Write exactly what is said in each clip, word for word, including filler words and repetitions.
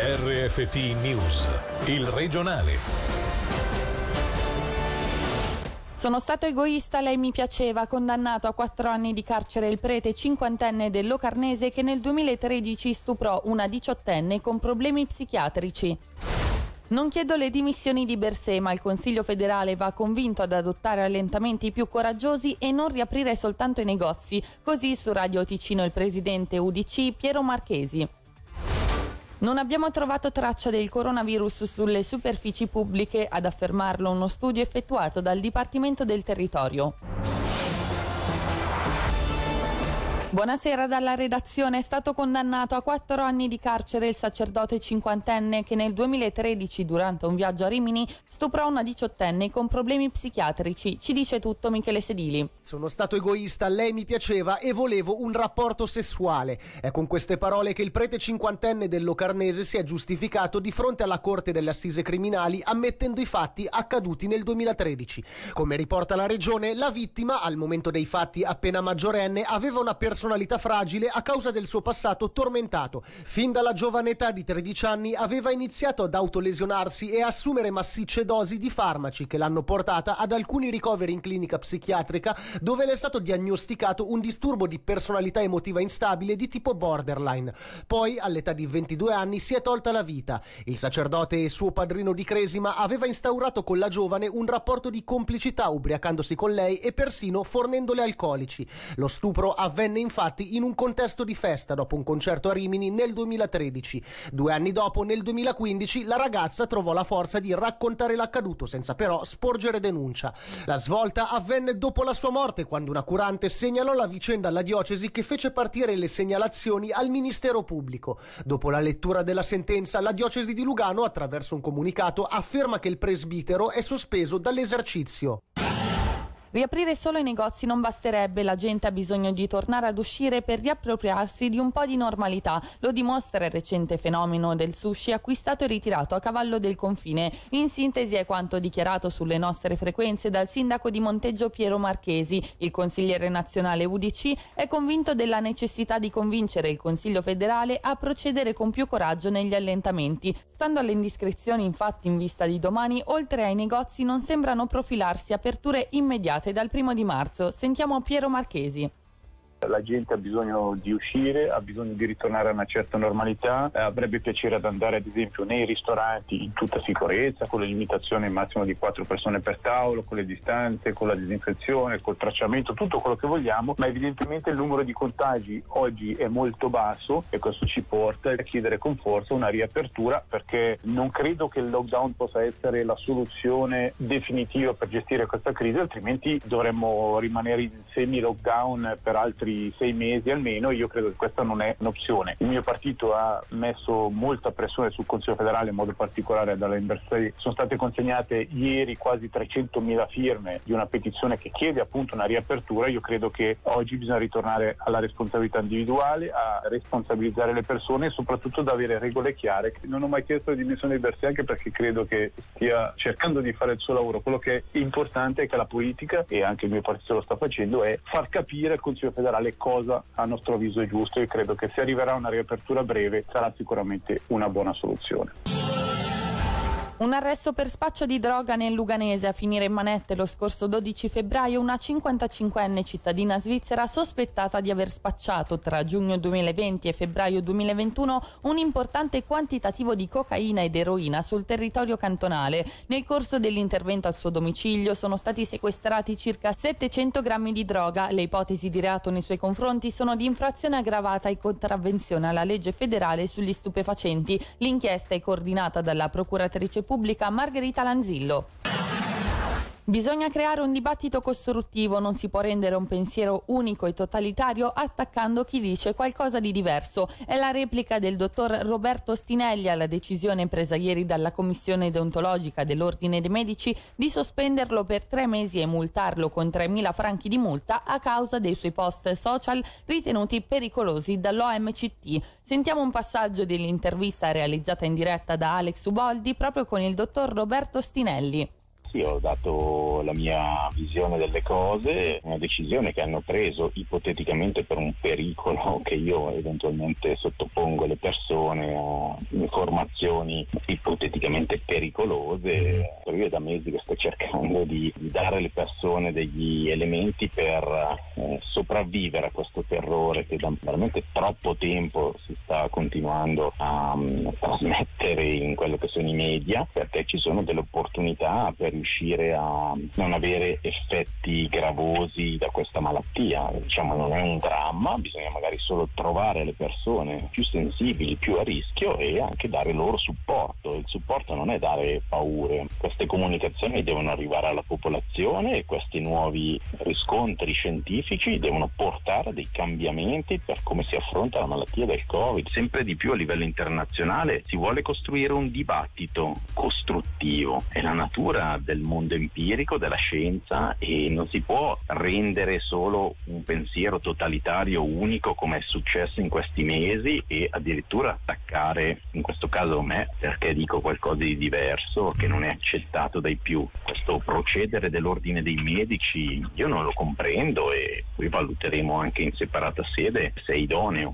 R F T News, il regionale. Sono stato egoista, lei mi piaceva, condannato a quattro anni di carcere il prete cinquantenne del Locarnese che nel duemilatredici stuprò una diciottenne con problemi psichiatrici. Non chiedo le dimissioni di Bersè, ma il Consiglio federale va convinto ad adottare allentamenti più coraggiosi e non riaprire soltanto i negozi. Così su Radio Ticino il presidente U D C Piero Marchesi. Non abbiamo trovato traccia del coronavirus sulle superfici pubbliche, ad affermarlo uno studio effettuato dal Dipartimento del Territorio. Buonasera dalla redazione. È stato condannato a quattro anni di carcere il sacerdote cinquantenne che nel duemilatredici, durante un viaggio a Rimini, stuprò una diciottenne con problemi psichiatrici. Ci dice tutto Michele Sedili. Sono stato egoista, lei mi piaceva e volevo un rapporto sessuale. È con queste parole che il prete cinquantenne del Locarnese si è giustificato di fronte alla Corte delle Assise Criminali, ammettendo i fatti accaduti nel duemilatredici. Come riporta la regione, la vittima, al momento dei fatti appena maggiorenne, aveva una personalità fragile a causa del suo passato tormentato. Fin dalla giovane età di tredici anni aveva iniziato ad autolesionarsi e assumere massicce dosi di farmaci che l'hanno portata ad alcuni ricoveri in clinica psichiatrica, dove le è stato diagnosticato un disturbo di personalità emotiva instabile di tipo borderline. Poi, all'età di ventidue anni, si è tolta la vita. Il sacerdote e suo padrino di cresima aveva instaurato con la giovane un rapporto di complicità, ubriacandosi con lei e persino fornendole alcolici. Lo stupro avvenne infatti in un contesto di festa dopo un concerto a Rimini nel duemilatredici. Due anni dopo, nel duemilaquindici, la ragazza trovò la forza di raccontare l'accaduto senza però sporgere denuncia. La svolta avvenne dopo la sua morte, quando una curante segnalò la vicenda alla diocesi, che fece partire le segnalazioni al Ministero Pubblico. Dopo la lettura della sentenza, la diocesi di Lugano, attraverso un comunicato, afferma che il presbitero è sospeso dall'esercizio. Riaprire solo i negozi non basterebbe, la gente ha bisogno di tornare ad uscire per riappropriarsi di un po' di normalità. Lo dimostra il recente fenomeno del sushi acquistato e ritirato a cavallo del confine. In sintesi è quanto dichiarato sulle nostre frequenze dal sindaco di Monteggio Piero Marchesi. Il consigliere nazionale U D C è convinto della necessità di convincere il Consiglio federale a procedere con più coraggio negli allentamenti. Stando alle indiscrezioni, infatti, in vista di domani, oltre ai negozi non sembrano profilarsi aperture immediate dal primo di marzo. Sentiamo Piero Marchesi. La gente ha bisogno di uscire, ha bisogno di ritornare a una certa normalità, avrebbe piacere ad andare ad esempio nei ristoranti in tutta sicurezza, con le limitazioni massimo di quattro persone per tavolo, con le distanze, con la disinfezione, col tracciamento, tutto quello che vogliamo, ma evidentemente il numero di contagi oggi è molto basso e questo ci porta a chiedere con forza una riapertura, perché non credo che il lockdown possa essere la soluzione definitiva per gestire questa crisi, altrimenti dovremmo rimanere in semi-lockdown per altri sei mesi almeno. Io credo che questa non è un'opzione. Il mio partito ha messo molta pressione sul Consiglio federale, in modo particolare dalla Bersè. Sono state consegnate ieri quasi trecentomila firme di una petizione che chiede appunto una riapertura. Io credo che oggi bisogna ritornare alla responsabilità individuale, a responsabilizzare le persone e soprattutto ad avere regole chiare. Non ho mai chiesto le dimissioni di Bersè, anche perché credo che stia cercando di fare il suo lavoro. Quello che è importante è che la politica, e anche il mio partito lo sta facendo, è far capire al Consiglio federale cosa a nostro avviso è giusto, e credo che se arriverà una riapertura breve sarà sicuramente una buona soluzione. Un arresto per spaccio di droga nel Luganese. A finire in manette lo scorso dodici febbraio una cinquantacinquenne cittadina svizzera sospettata di aver spacciato tra giugno duemilaventi e febbraio duemilaventuno un importante quantitativo di cocaina ed eroina sul territorio cantonale. Nel corso dell'intervento al suo domicilio sono stati sequestrati circa settecento grammi di droga. Le ipotesi di reato nei suoi confronti sono di infrazione aggravata e contravvenzione alla legge federale sugli stupefacenti. L'inchiesta è coordinata dalla procuratrice pubblica Margherita Lanzillo. Bisogna creare un dibattito costruttivo, non si può rendere un pensiero unico e totalitario attaccando chi dice qualcosa di diverso. È la replica del dottor Roberto Stinelli alla decisione presa ieri dalla Commissione deontologica dell'Ordine dei Medici di sospenderlo per tre mesi e multarlo con tremila franchi di multa a causa dei suoi post social ritenuti pericolosi dall'O M C T. Sentiamo un passaggio dell'intervista realizzata in diretta da Alex Uboldi proprio con il dottor Roberto Stinelli. Sì, ho dato la mia visione delle cose, una decisione che hanno preso ipoteticamente per un pericolo che io eventualmente sottopongo le persone a informazioni ipoteticamente pericolose. Io è da mesi che sto cercando di, di dare alle persone degli elementi per eh, sopravvivere a questo terrore che da veramente troppo tempo si sta continuando a um, trasmettere in quello che sono i media, perché ci sono delle opportunità per riuscire a non avere effetti gravosi da questa malattia. Diciamo, non è un dramma, bisogna magari solo trovare le persone più sensibili, più a rischio, e anche dare loro supporto. Il supporto non è dare paure, queste comunicazioni devono arrivare alla popolazione e questi nuovi riscontri scientifici devono portare dei cambiamenti per come si affronta la malattia del Covid. Sempre di più a livello internazionale si vuole costruire un dibattito costruttivo, è la natura del mondo empirico, della scienza, e non si può rendere solo un pensiero totalitario unico come è successo in questi mesi e addirittura attaccare in questo caso me perché dico qualcosa di diverso che non è accettato dai più. Questo procedere dell'ordine dei medici io non lo comprendo e poi valuteremo anche in separata sede se è idoneo.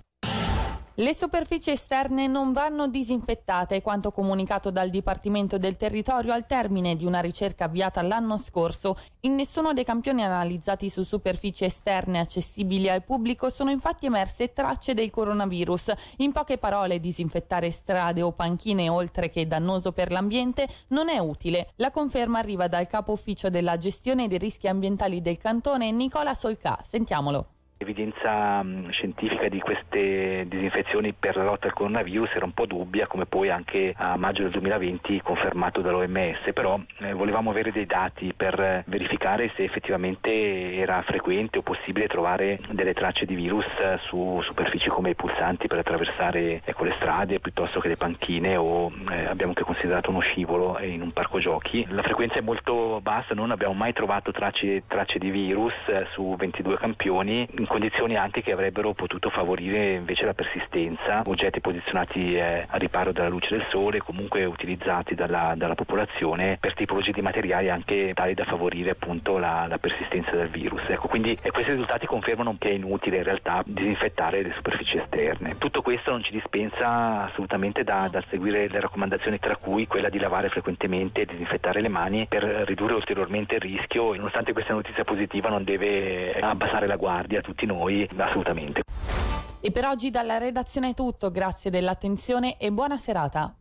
Le superfici esterne non vanno disinfettate, quanto comunicato dal Dipartimento del Territorio al termine di una ricerca avviata l'anno scorso. In nessuno dei campioni analizzati su superfici esterne accessibili al pubblico sono infatti emerse tracce del coronavirus. In poche parole, disinfettare strade o panchine, oltre che dannoso per l'ambiente, non è utile. La conferma arriva dal capo ufficio della gestione dei rischi ambientali del cantone, Nicola Solcà. Sentiamolo. L'evidenza scientifica di queste disinfezioni per la lotta al coronavirus era un po' dubbia, come poi anche a maggio del duemilaventi confermato dall'O M S, però eh, volevamo avere dei dati per verificare se effettivamente era frequente o possibile trovare delle tracce di virus su superfici come i pulsanti per attraversare ecco, le strade piuttosto che le panchine, o eh, abbiamo anche considerato uno scivolo in un parco giochi. La frequenza è molto bassa, non abbiamo mai trovato tracce, tracce di virus su ventidue campioni, in condizioni anche che avrebbero potuto favorire invece la persistenza, oggetti posizionati eh, a riparo dalla luce del sole, comunque utilizzati dalla, dalla popolazione per tipologie di materiali anche tali da favorire appunto la, la persistenza del virus. Ecco, quindi eh, questi risultati confermano che è inutile in realtà disinfettare le superfici esterne. Tutto questo non ci dispensa assolutamente da, da seguire le raccomandazioni, tra cui quella di lavare frequentemente e disinfettare le mani per ridurre ulteriormente il rischio. Nonostante questa notizia positiva non deve abbassare la guardia tutti noi, assolutamente. E per oggi dalla redazione è tutto, grazie dell'attenzione e buona serata.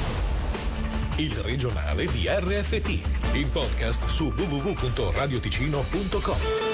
Il regionale di R F T, il podcast su w w w punto radio ticino punto com.